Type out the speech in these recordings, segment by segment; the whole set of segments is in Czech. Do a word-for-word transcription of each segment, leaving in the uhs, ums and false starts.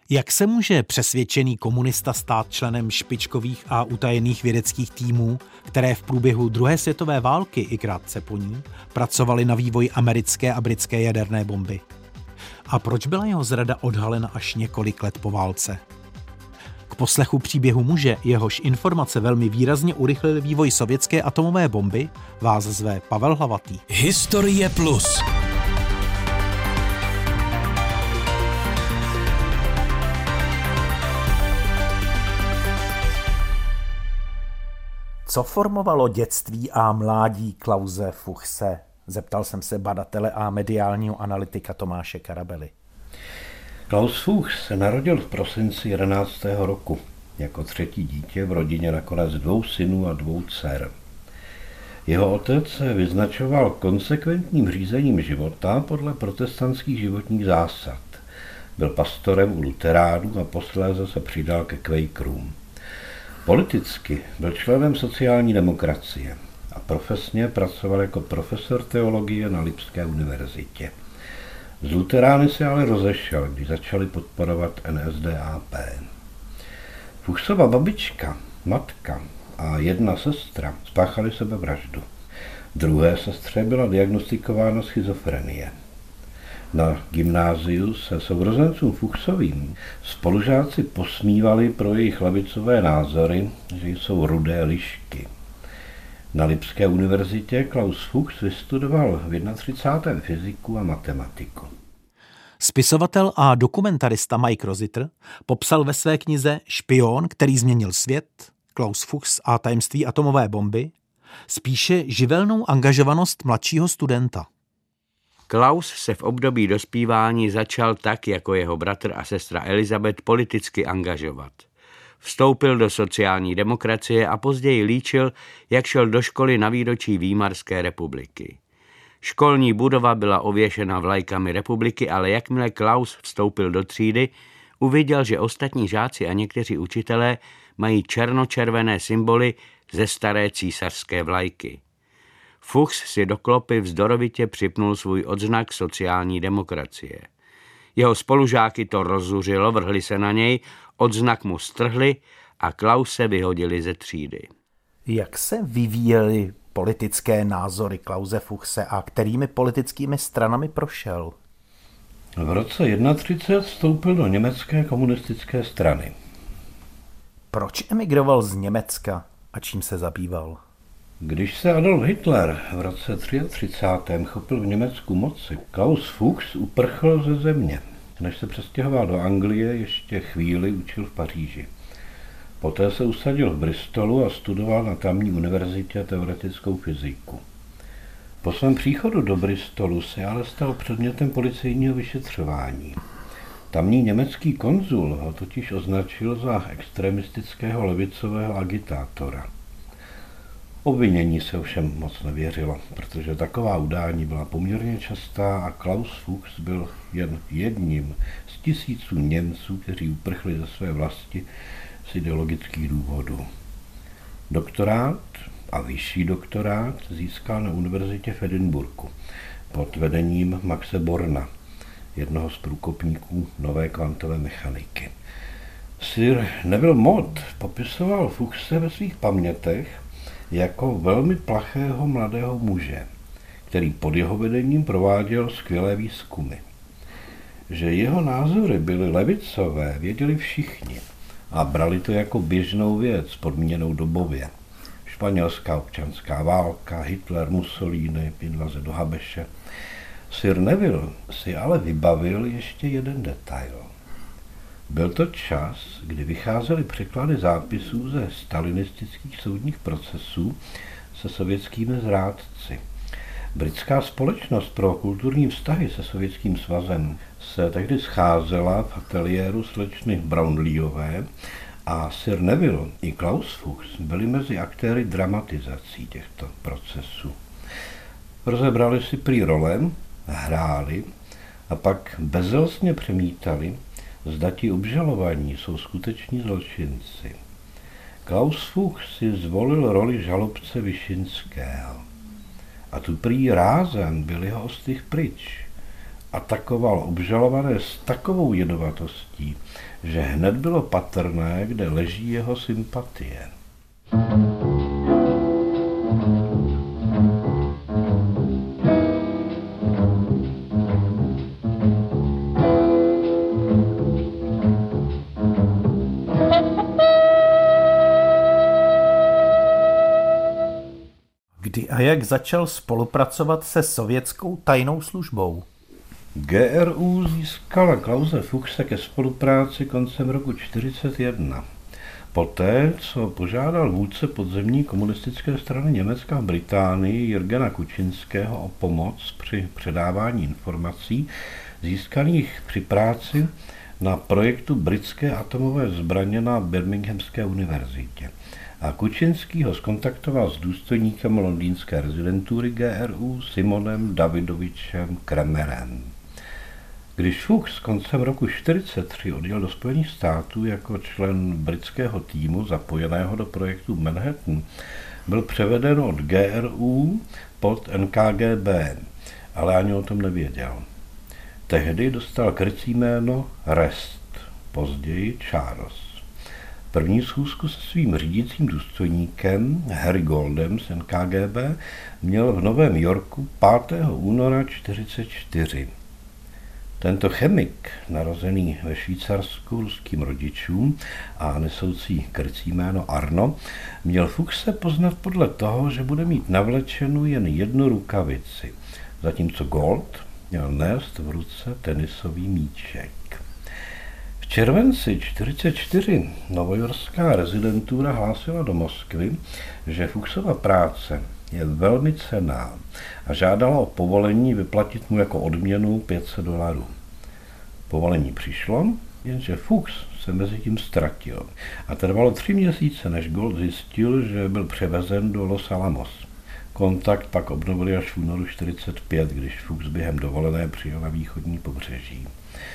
Jak se může přesvědčený komunista stát členem špičkových a utajených vědeckých týmů, které v průběhu druhé světové války i krátce po ní pracovaly na vývoji americké a britské jaderné bomby? A proč byla jeho zrada odhalena až několik let po válce? K poslechu příběhu muže, jehož informace velmi výrazně urychlily vývoj sovětské atomové bomby, vás zve Pavel Hlavatý. Historie plus. Co formovalo dětství a mládí Klause Fuchse? Zeptal jsem se badatele a mediálního analytika Tomáše Karabely. Klaus Fuchs se narodil v prosinci jedenáctého roku. Jako třetí dítě v rodině nakonec dvou synů a dvou dcer. Jeho otec se vyznačoval konsekventním řízením života podle protestantských životních zásad. Byl pastorem u luteránů a posléze se přidal ke Quakerům. Politicky byl členem sociální demokracie a profesně pracoval jako profesor teologie na Lipské univerzitě. Z luterány se ale rozešel, když začali podporovat N S D A P. Fuchsova babička, matka a jedna sestra spáchali sebevraždu. Druhé sestře byla diagnostikována schizofrenie. Na gymnáziu se sourozencům Fuchsovým spolužáci posmívali pro jejich levicové názory, že jsou rudé lišky. Na Lipské univerzitě Klaus Fuchs vystudoval v třicátém prvním fyziku a matematiku. Spisovatel a dokumentarista Mike Rositer popsal ve své knize Špion, který změnil svět, Klaus Fuchs a tajemství atomové bomby, spíše živelnou angažovanost mladšího studenta. Klaus se v období dospívání začal tak, jako jeho bratr a sestra Elizabeth, politicky angažovat. Vstoupil do sociální demokracie a později líčil, jak šel do školy na výročí Výmarské republiky. Školní budova byla ověšena vlajkami republiky, ale jakmile Klaus vstoupil do třídy, uviděl, že ostatní žáci a někteří učitelé mají černočervené symboly ze staré císařské vlajky. Fuchs si do klopy vzdorovitě připnul svůj odznak sociální demokracie. Jeho spolužáky to rozzuřilo, vrhli se na něj, odznak mu strhli a Klause vyhodili ze třídy. Jak se vyvíjely politické názory Klause Fuchse a kterými politickými stranami prošel? V roce třicet jedna vstoupil do německé komunistické strany. Proč emigroval z Německa a čím se zabýval? Když se Adolf Hitler v roce třicátém třetím chopil v Německu moci, Klaus Fuchs uprchl ze země. Než se přestěhoval do Anglie, ještě chvíli učil v Paříži. Poté se usadil v Bristolu a studoval na tamní univerzitě teoretickou fyziku. Po svém příchodu do Bristolu se ale stal předmětem policejního vyšetřování. Tamní německý konzul ho totiž označil za extremistického levicového agitátora. Obvinění se ovšem moc nevěřilo, protože taková udání byla poměrně častá a Klaus Fuchs byl jen jedním z tisíců Němců, kteří uprchli ze své vlasti z ideologických důvodů. Doktorát a vyšší doktorát získal na univerzitě v Edinburghu pod vedením Maxe Borna, jednoho z průkopníků nové kvantové mechaniky. Sir Neville Mott popisoval Fuchse ve svých pamětech jako velmi plachého mladého muže, který pod jeho vedením prováděl skvělé výzkumy. Že jeho názory byly levicové, věděli všichni a brali to jako běžnou věc podmíněnou dobově. Španělská občanská válka, Hitler, Mussolini, invaze do Habeše. Sir Neville si ale vybavil ještě jeden detail. Byl to čas, kdy vycházely překlady zápisů ze stalinistických soudních procesů se sovětskými zrádci. Britská společnost pro kulturní vztahy se Sovětským svazem se tehdy scházela v ateliéru slečny Brownleeové a Sir Neville i Klaus Fuchs byli mezi aktéry dramatizací těchto procesů. Rozebrali si prý role, hráli a pak bezelstně přemítali, zda ti obžalovaní jsou skuteční zločinci. Klaus Fuchs si zvolil roli žalobce Vyšinského. A tu prý rázem byl jeho ostych pryč. atakoval obžalované s takovou jedovatostí, že hned bylo patrné, kde leží jeho sympatie. Kdy a jak začal spolupracovat se sovětskou tajnou službou? G R U získala Klause Fuchse ke spolupráci koncem roku čtyřicet jedna. Poté, co požádal vůdce podzemní komunistické strany Německa v Británii Jürgena Kučinského o pomoc při předávání informací získaných při práci na projektu britské atomové zbraně na Birminghamské univerzitě. A Kučinský ho skontaktoval s důstojníkem londýnské rezidentury G R U Simonem Davidovičem Kremerem. Když Fuchs koncem roku čtyřicet tři odjel do Spojených států jako člen britského týmu zapojeného do projektu Manhattan, byl převeden od G R U pod N K G B, ale ani o tom nevěděl. Tehdy dostal krycí jméno Rest, později Charles. První schůzku se svým řídícím důstojníkem Harry Goldem z N K G B měl v Novém Yorku pátého února čtyřicet čtyři. Tento chemik, narozený ve Švýcarsku ruským rodičům a nesoucí krycí jméno Arno, měl Fuchse poznat podle toho, že bude mít navlečenu jen jednu rukavici, zatímco Gold měl nést v ruce tenisový míček. V červenci čtyřicet čtyři novojorská rezidentura hlásila do Moskvy, že Fuchsova práce je velmi cenná a žádala o povolení vyplatit mu jako odměnu pět set dolarů. Povolení přišlo, jenže Fuchs se mezi tím ztratil a trvalo tři měsíce, než Gold zjistil, že byl převezen do Los Alamos. Kontakt pak obnovili až v únoru čtyřicet pět, když Fuchs během dovolené přijel na východní pobřeží.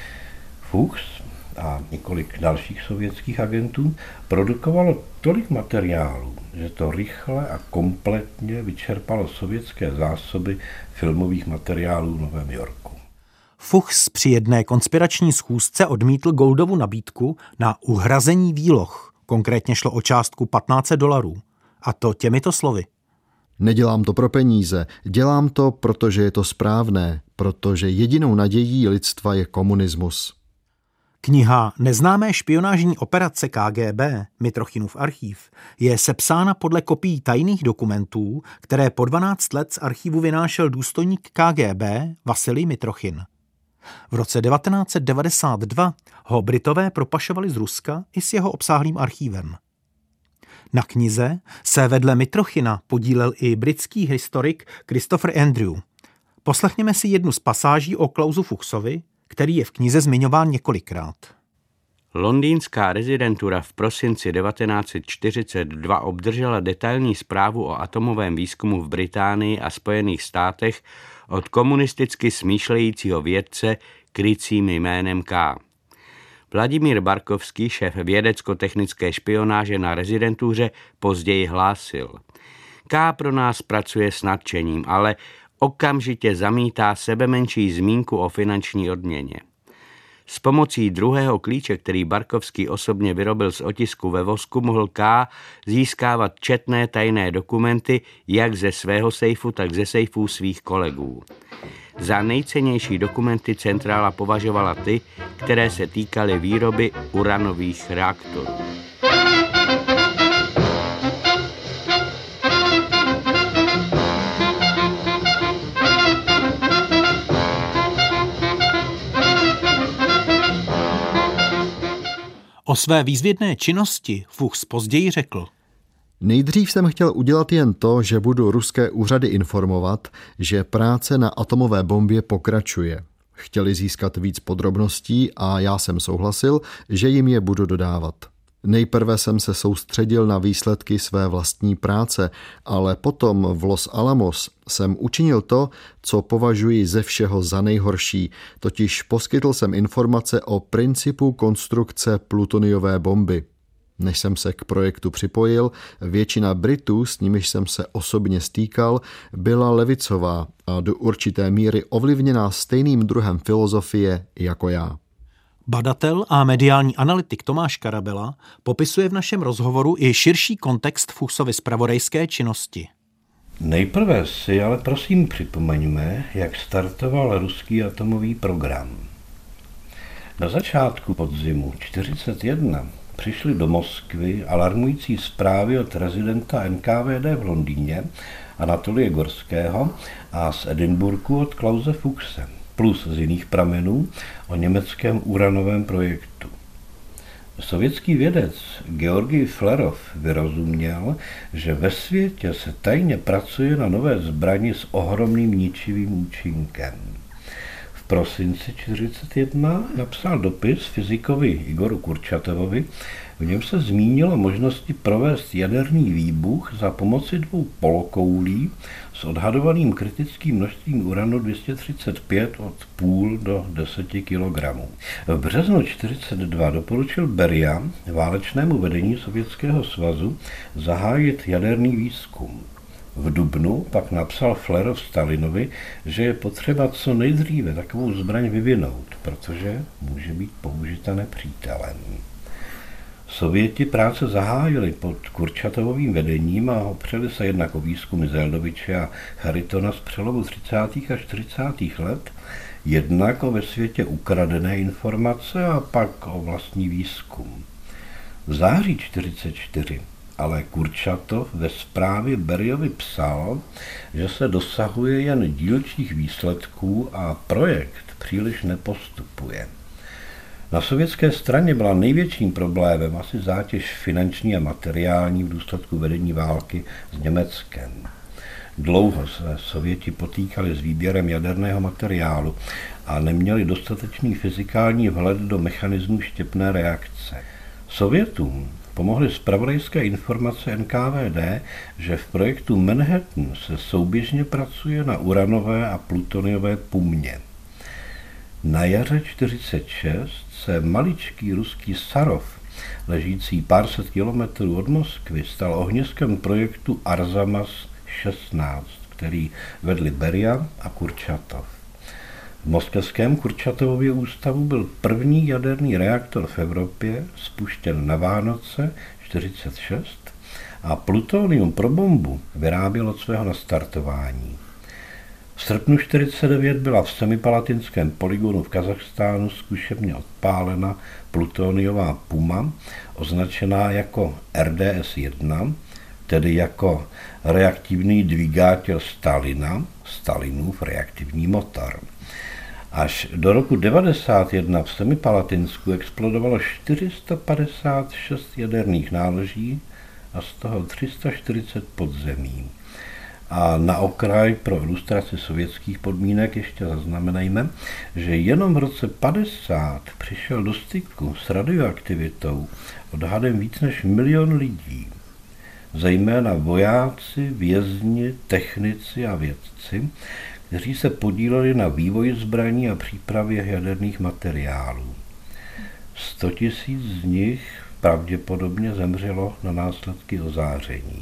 Fuchs a několik dalších sovětských agentů produkovalo tolik materiálu, že to rychle a kompletně vyčerpalo sovětské zásoby filmových materiálů v Novém Yorku. Fuchs při jedné konspirační schůzce odmítl Goldovu nabídku na uhrazení výloh. Konkrétně šlo o částku patnáct set dolarů. A to těmito slovy. Nedělám to pro peníze, dělám to, protože je to správné, protože jedinou nadějí lidstva je komunismus. Kniha Neznámé špionážní operace K G B, Mitrochynův archív, je sepsána podle kopií tajných dokumentů, které po dvanáct let z archivu vynášel důstojník K G B Vasilij Mitrochyn. V roce devatenáct set devadesát dva ho Britové propašovali z Ruska i s jeho obsáhlým archívem. Na knize se vedle Mitrochyna podílel i britský historik Christopher Andrew. Poslechněme si jednu z pasáží o Klausu Fuchsovi, který je v knize zmiňován několikrát. Londýnská rezidentura v prosinci devatenáct set čtyřicet dva obdržela detailní zprávu o atomovém výzkumu v Británii a Spojených státech od komunisticky smýšlejícího vědce krycím jménem K. Vladimír Barkovský, šéf vědecko-technické špionáže na rezidentuře, později hlásil: K pro nás pracuje s nadšením, ale okamžitě zamítá sebemenší zmínku o finanční odměně. S pomocí druhého klíče, který Barkovský osobně vyrobil z otisku ve vosku, mohl K získávat četné tajné dokumenty jak ze svého sejfu, tak ze sejfů svých kolegů. Za nejcennější dokumenty centrála považovala ty, které se týkaly výroby uranových reaktorů. O své výzvědné činnosti Fuchs později řekl: Nejdřív jsem chtěl udělat jen to, že budu ruské úřady informovat, že práce na atomové bombě pokračuje. Chtěli získat víc podrobností a já jsem souhlasil, že jim je budu dodávat. Nejprve jsem se soustředil na výsledky své vlastní práce, ale potom v Los Alamos jsem učinil to, co považuji ze všeho za nejhorší, totiž poskytl jsem informace o principu konstrukce plutoniové bomby. Než jsem se k projektu připojil, většina Britů, s nimiž jsem se osobně stýkal, byla levicová a do určité míry ovlivněná stejným druhem filozofie jako já. Badatel a mediální analytik Tomáš Karabela popisuje v našem rozhovoru i širší kontext Fuchsovy zpravodajské činnosti. Nejprve si ale prosím připomeňme, jak startoval ruský atomový program. Na začátku podzimu čtyřicet jedna přišly do Moskvy alarmující zprávy od rezidenta N K V D v Londýně Anatolie Gorského a z Edinburghu od Klause Fuchse, plus z jiných pramenů o německém uranovém projektu. Sovětský vědec Georgij Flerov vyrozuměl, že ve světě se tajně pracuje na nové zbrani s ohromným ničivým účinkem. V prosinci čtyřicet jedna napsal dopis fyzikovi Igoru Kurčatovovi, v něm se zmínilo možnosti provést jaderný výbuch za pomoci dvou polokoulí s odhadovaným kritickým množstvím uranu dvě stě třicet pět od půl do deseti kilogramů. V březnu čtyřicet dva doporučil Beria válečnému vedení Sovětského svazu zahájit jaderný výzkum. V dubnu pak napsal Flerov Stalinovi, že je potřeba co nejdříve takovou zbraň vyvinout, protože může být použita nepřítelem. Sověti práce zahájili pod Kurčatovovým vedením a opřeli se jednak o výzkumy Zeldoviče a Charitona z přelomu třicátých a čtyřicátých let, jednak o ve světě ukradené informace a pak o vlastní výzkum. V září čtyřicet čtyři ale Kurčatov ve zprávě Beriovi psal, že se dosahuje jen dílčích výsledků a projekt příliš nepostupuje. Na sovětské straně byla největším problémem asi zátěž finanční a materiální v důsledku vedení války s Německem. Dlouho se Sověti potýkali s výběrem jaderného materiálu a neměli dostatečný fyzikální vhled do mechanismů štěpné reakce. Sovětům pomohly zpravodajské informace N K V D, že v projektu Manhattan se souběžně pracuje na uranové a plutoniové pumě. Na jaře čtyřicet šest se maličký ruský Sarov, ležící pár set kilometrů od Moskvy, stal ohniskem projektu Arzamas šestnáct, který vedli Beria a Kurčatov. V moskevském Kurčatovově ústavu byl první jaderný reaktor v Evropě spuštěn na Vánoce čtyřicet šest a plutonium pro bombu vyráběl od svého nastartování. V srpnu čtyřicet devět byla v Semipalatinském polygonu v Kazachstánu zkušebně odpálena plutoniová puma, označená jako R D S jedna, tedy jako reaktivní dvigátel Stalina, Stalinův reaktivní motor. Až do roku devadesát jedna v Semipalatinsku explodovalo čtyři sta padesát šest jaderných náloží a z toho tři sta čtyřicet podzemí. A na okraj pro ilustraci sovětských podmínek ještě zaznamenejme, že jenom v roce padesát přišel do styku s radioaktivitou odhadem víc než milion lidí. Zejména vojáci, vězni, technici a vědci, kteří se podíleli na vývoji zbraní a přípravě jaderných materiálů. sto tisíc z nich pravděpodobně zemřelo na následky ozáření.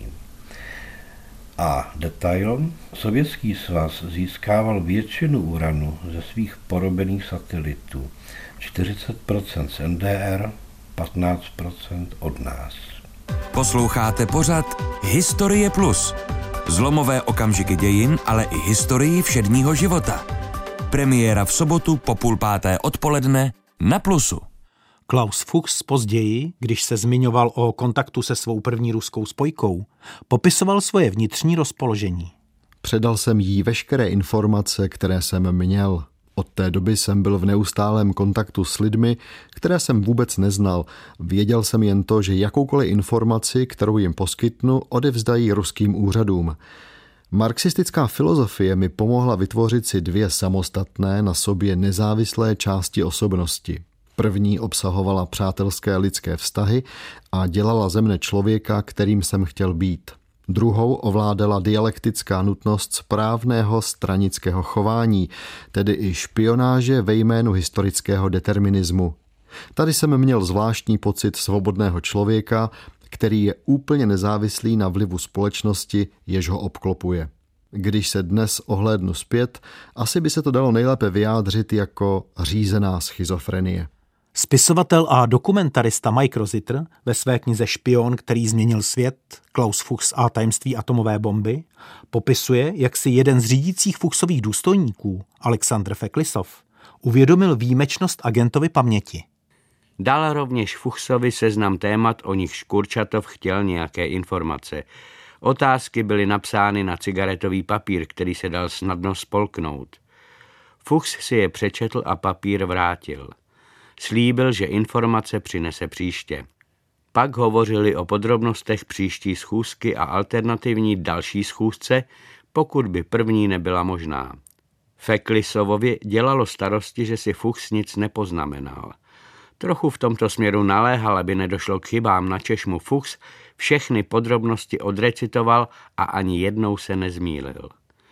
A detail, Sovětský svaz získával většinu uranu ze svých porobených satelitů, čtyřicet procent z N D R, patnáct procent od nás. Posloucháte pořad Historie plus. Zlomové okamžiky dějin, ale i historii všedního života. Premiéra v sobotu po půl páté odpoledne na Plusu. Klaus Fuchs později, když se zmiňoval o kontaktu se svou první ruskou spojkou, popisoval svoje vnitřní rozpoložení. Předal jsem jí veškeré informace, které jsem měl. Od té doby jsem byl v neustálém kontaktu s lidmi, které jsem vůbec neznal. Věděl jsem jen to, že jakoukoliv informaci, kterou jim poskytnu, odevzdají ruským úřadům. Marxistická filozofie mi pomohla vytvořit si dvě samostatné, na sobě nezávislé části osobnosti. První obsahovala přátelské lidské vztahy a dělala ze mne člověka, kterým jsem chtěl být. Druhou ovládala dialektická nutnost správného stranického chování, tedy i špionáže ve jménu historického determinismu. Tady jsem měl zvláštní pocit svobodného člověka, který je úplně nezávislý na vlivu společnosti, jež ho obklopuje. Když se dnes ohlédnu zpět, asi by se to dalo nejlépe vyjádřit jako řízená schizofrenie. Spisovatel a dokumentarista Mike Rossiter ve své knize Špion, který změnil svět, Klaus Fuchs a tajemství atomové bomby, popisuje, jak si jeden z řídících Fuchsových důstojníků, Alexandr Feklisov, uvědomil výjimečnost agentovy paměti. Dal rovněž Fuchsovi seznam témat, o nichž Kurčatov chtěl nějaké informace. Otázky byly napsány na cigaretový papír, který se dal snadno spolknout. Fuchs si je přečetl a papír vrátil. Slíbil, že informace přinese příště. Pak hovořili o podrobnostech příští schůzky a alternativní další schůzce, pokud by první nebyla možná. Feklisovovi dělalo starosti, že si Fuchs nic nepoznamenal. Trochu v tomto směru naléhal, aby nedošlo k chybám, načež mu Fuchs všechny podrobnosti odrecitoval a ani jednou se nezmýlil.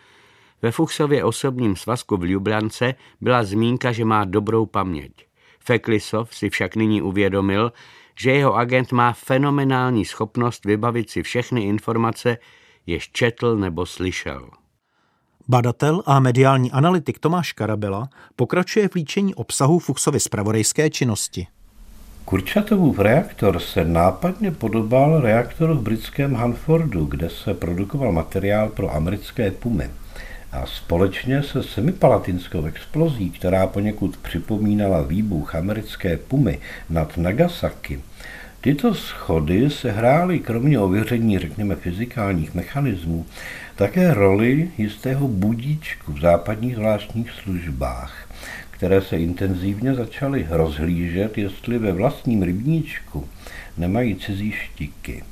Ve Fuchsově osobním svazku v Ljubljance byla zmínka, že má dobrou paměť. Feklisov si však nyní uvědomil, že jeho agent má fenomenální schopnost vybavit si všechny informace, jež četl nebo slyšel. Badatel a mediální analytik Tomáš Karabela pokračuje v líčení obsahu Fuchsovy zpravodajské činnosti. Kurčatovův reaktor se nápadně podobal reaktoru v britském Hanfordu, kde se produkoval materiál pro americké Pumy. A společně se semipalatinskou explozí, která poněkud připomínala výbuch americké Pumy nad Nagasaki, tyto schody se hrály kromě ověření, řekněme, fyzikálních mechanismů, také roli jistého budíčku v západních zvláštních službách, které se intenzivně začaly rozhlížet, jestli ve vlastním rybníčku nemají cizí štiky.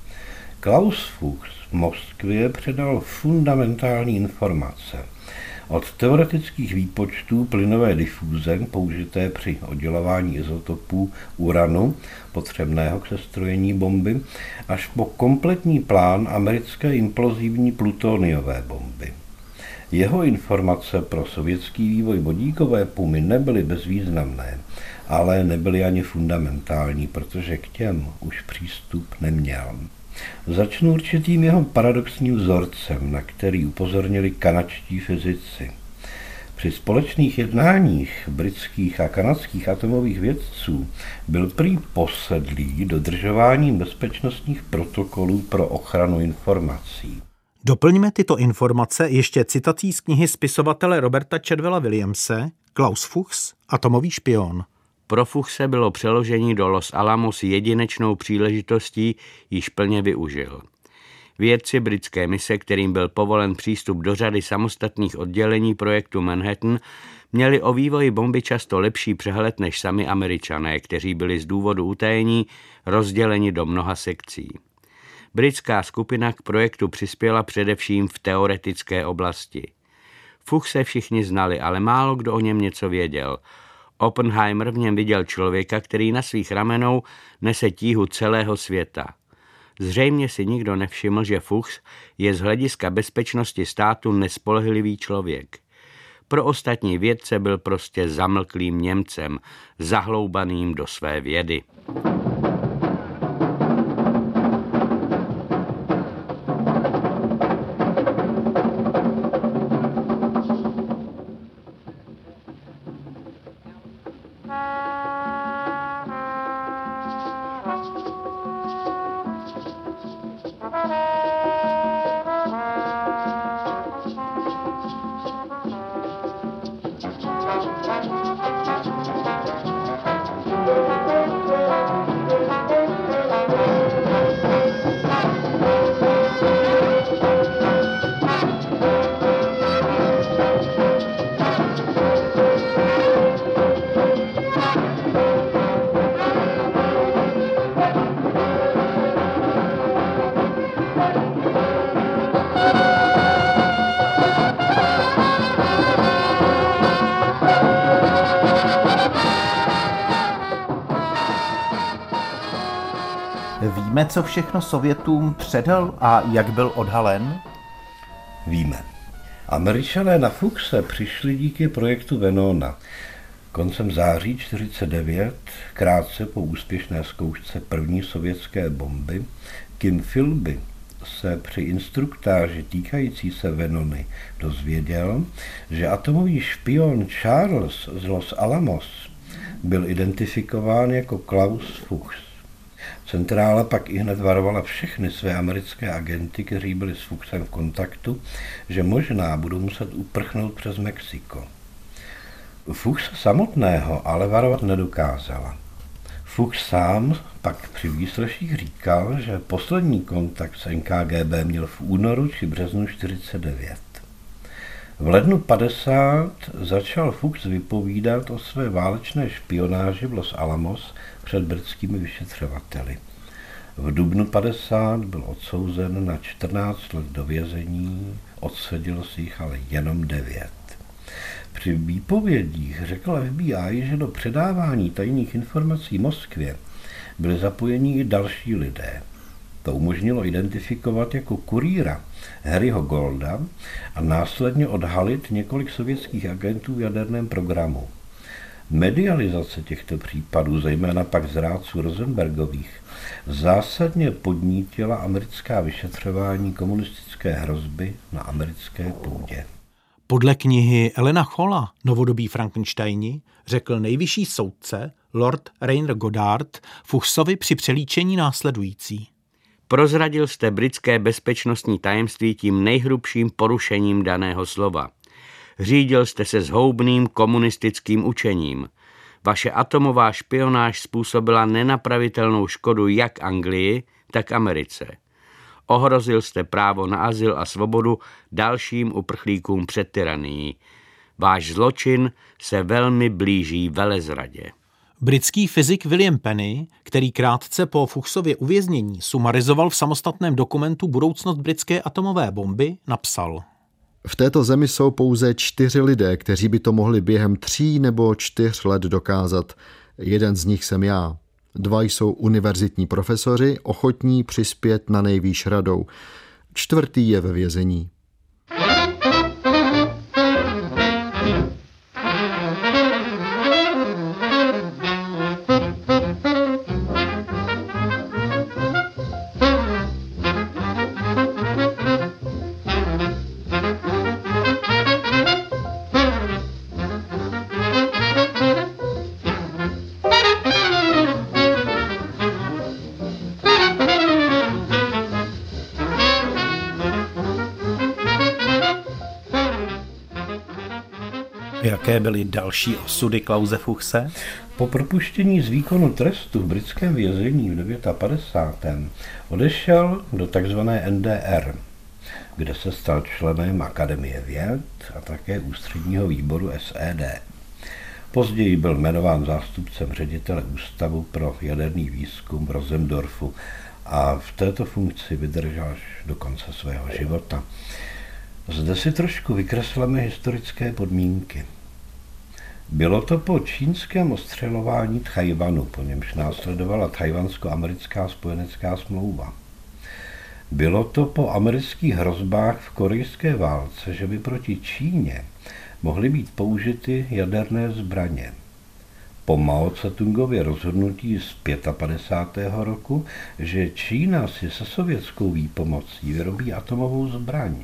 Klaus Fuchs v Moskvě předal fundamentální informace. Od teoretických výpočtů plynové difuze použité při oddělování izotopů uranu, potřebného k sestrojení bomby, až po kompletní plán americké implozivní plutoniové bomby. Jeho informace pro sovětský vývoj vodíkové pumy nebyly bezvýznamné, ale nebyly ani fundamentální, protože k těm už přístup neměl. Začnu určitým jeho paradoxním vzorcem, na který upozornili kanadští fyzici. Při společných jednáních britských a kanadských atomových vědců byl prý posedlý dodržováním bezpečnostních protokolů pro ochranu informací. Doplňme tyto informace ještě citací z knihy spisovatele Roberta Chadwella Williamse Klaus Fuchs, atomový špion. Pro Fuchse bylo přeložení do Los Alamos jedinečnou příležitostí, již plně využil. Vědci britské mise, kterým byl povolen přístup do řady samostatných oddělení projektu Manhattan, měli o vývoji bomby často lepší přehled než sami Američané, kteří byli z důvodu utajení rozděleni do mnoha sekcí. Britská skupina k projektu přispěla především v teoretické oblasti. Fuchse všichni znali, ale málo kdo o něm něco věděl. Oppenheimer v něm viděl člověka, který na svých ramenou nese tíhu celého světa. Zřejmě si nikdo nevšiml, že Fuchs je z hlediska bezpečnosti státu nespolehlivý člověk. Pro ostatní vědce byl prostě zamlklým Němcem, zahloubaným do své vědy. Víme, co všechno Sovětům předal a jak byl odhalen? Víme. Američané na Fuchse přišli díky projektu Venona. Koncem září čtyřicet devět, krátce po úspěšné zkoušce první sovětské bomby, Kim Philby se při instruktáži týkající se Venony dozvěděl, že atomový špion Charles z Los Alamos byl identifikován jako Klaus Fuchs. Centrála pak ihned varovala všechny své americké agenty, kteří byli s Fuchsem v kontaktu, že možná budou muset uprchnout přes Mexiko. Fuchs samotného ale varovat nedokázala. Fuchs sám pak při výsleších říkal, že poslední kontakt s N K G B měl v únoru či březnu čtyřicet devět. V lednu padesát začal Fuchs vypovídat o své válečné špionáži v Los Alamos před britskými vyšetřovateli. V dubnu padesát byl odsouzen na čtrnáct let do vězení, odseděl si jich ale jenom devět. Při výpovědích řekl F B I, že do předávání tajných informací Moskvě byli zapojeni i další lidé. To umožnilo identifikovat jako kurýra Harryho Golda a následně odhalit několik sovětských agentů v jaderném programu. Medializace těchto případů, zejména pak z rádců Rosenbergových, zásadně podnítila americká vyšetřování komunistické hrozby na americké půdě. Podle knihy Elena Cholla Novodobí Frankensteini řekl nejvyšší soudce Lord Rainer Goddard Fuchsovi při přelíčení následující. Prozradil jste britské bezpečnostní tajemství tím nejhrubším porušením daného slova. Řídil jste se zhoubným komunistickým učením. Vaše atomová špionáž způsobila nenapravitelnou škodu jak Anglii, tak Americe. Ohrozil jste právo na azyl a svobodu dalším uprchlíkům před tyranií. Váš zločin se velmi blíží velezradě. Britský fyzik William Penny, který krátce po Fuchsově uvěznění sumarizoval v samostatném dokumentu Budoucnost britské atomové bomby, napsal: V této zemi jsou pouze čtyři lidé, kteří by to mohli během tří nebo čtyř let dokázat. Jeden z nich jsem já. Dva jsou univerzitní profesoři, ochotní přispět na nejvýš radou. Čtvrtý je ve vězení. Jaké byly další osudy Klause Fuchse? Po propuštění z výkonu trestu v britském vězení v padesátém devátém odešel do tzv. N D R, kde se stal členem Akademie věd a také ústředního výboru S E D. Později byl jmenován zástupcem ředitele Ústavu pro jaderný výzkum v Rosendorfu a v této funkci vydržel až do konce svého života. Zde si trošku vykreslíme historické podmínky. Bylo to po čínském ostřelování Tchaj-wanu, po němž následovala Tchajwansko-americká spojenecká smlouva. Bylo to po amerických hrozbách v korejské válce, že by proti Číně mohly být použity jaderné zbraně. Po Mao Tse-tungově rozhodnutí z padesátého pátého roku, že Čína si se sovětskou výpomocí vyrobí atomovou zbraň.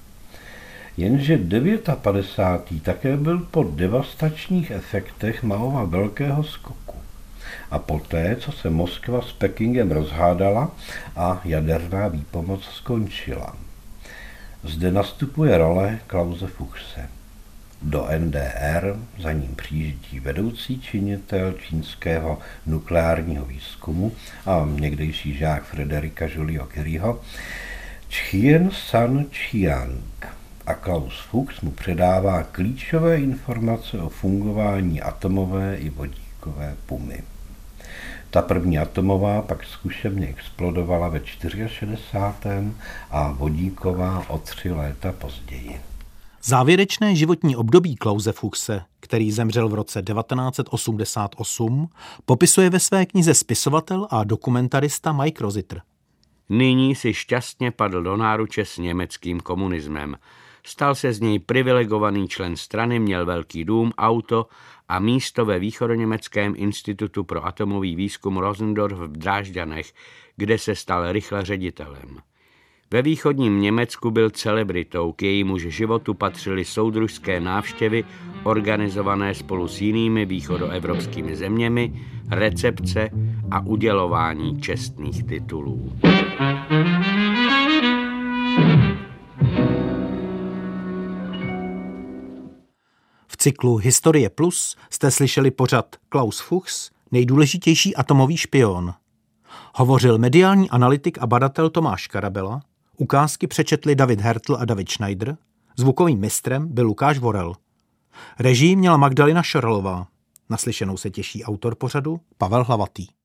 Jenže padesátý devátý také byl po devastačních efektech Maova velkého skoku. A poté, co se Moskva s Pekingem rozhádala a jaderná výpomoc skončila. Zde nastupuje role Klause Fuchse. Do N D R za ním přijíždí vedoucí činitel čínského nukleárního výzkumu a někdejší žák Frederika Joliot-Curie, Chien San Chiang. A Klaus Fuchs mu předává klíčové informace o fungování atomové i vodíkové pumy. Ta první atomová pak zkušebně explodovala ve šedesátém čtvrtém a vodíková o tři léta později. Závěrečné životní období Klause Fuchse, který zemřel v roce devatenáct set osmdesát osm, popisuje ve své knize spisovatel a dokumentarista Mike Rositer. Nyní si šťastně padl do náruče s německým komunismem. Stal se z něj privilegovaný člen strany, měl velký dům, auto a místo ve východoněmeckém institutu pro atomový výzkum Rosendorf v Drážďanech, kde se stal rychle ředitelem. Ve východním Německu byl celebritou, k jejímuž životu patřily soudružské návštěvy organizované spolu s jinými východoevropskými zeměmi, recepce a udělování čestných titulů. V cyklu Historie Plus jste slyšeli pořad Klaus Fuchs, nejdůležitější atomový špion. Hovořil mediální analytik a badatel Tomáš Karabela, ukázky přečetli David Hertl a David Schneider, zvukovým mistrem byl Lukáš Vorel. Režii měla Magdalena Šorlová. Naslyšenou se těší autor pořadu Pavel Hlavatý.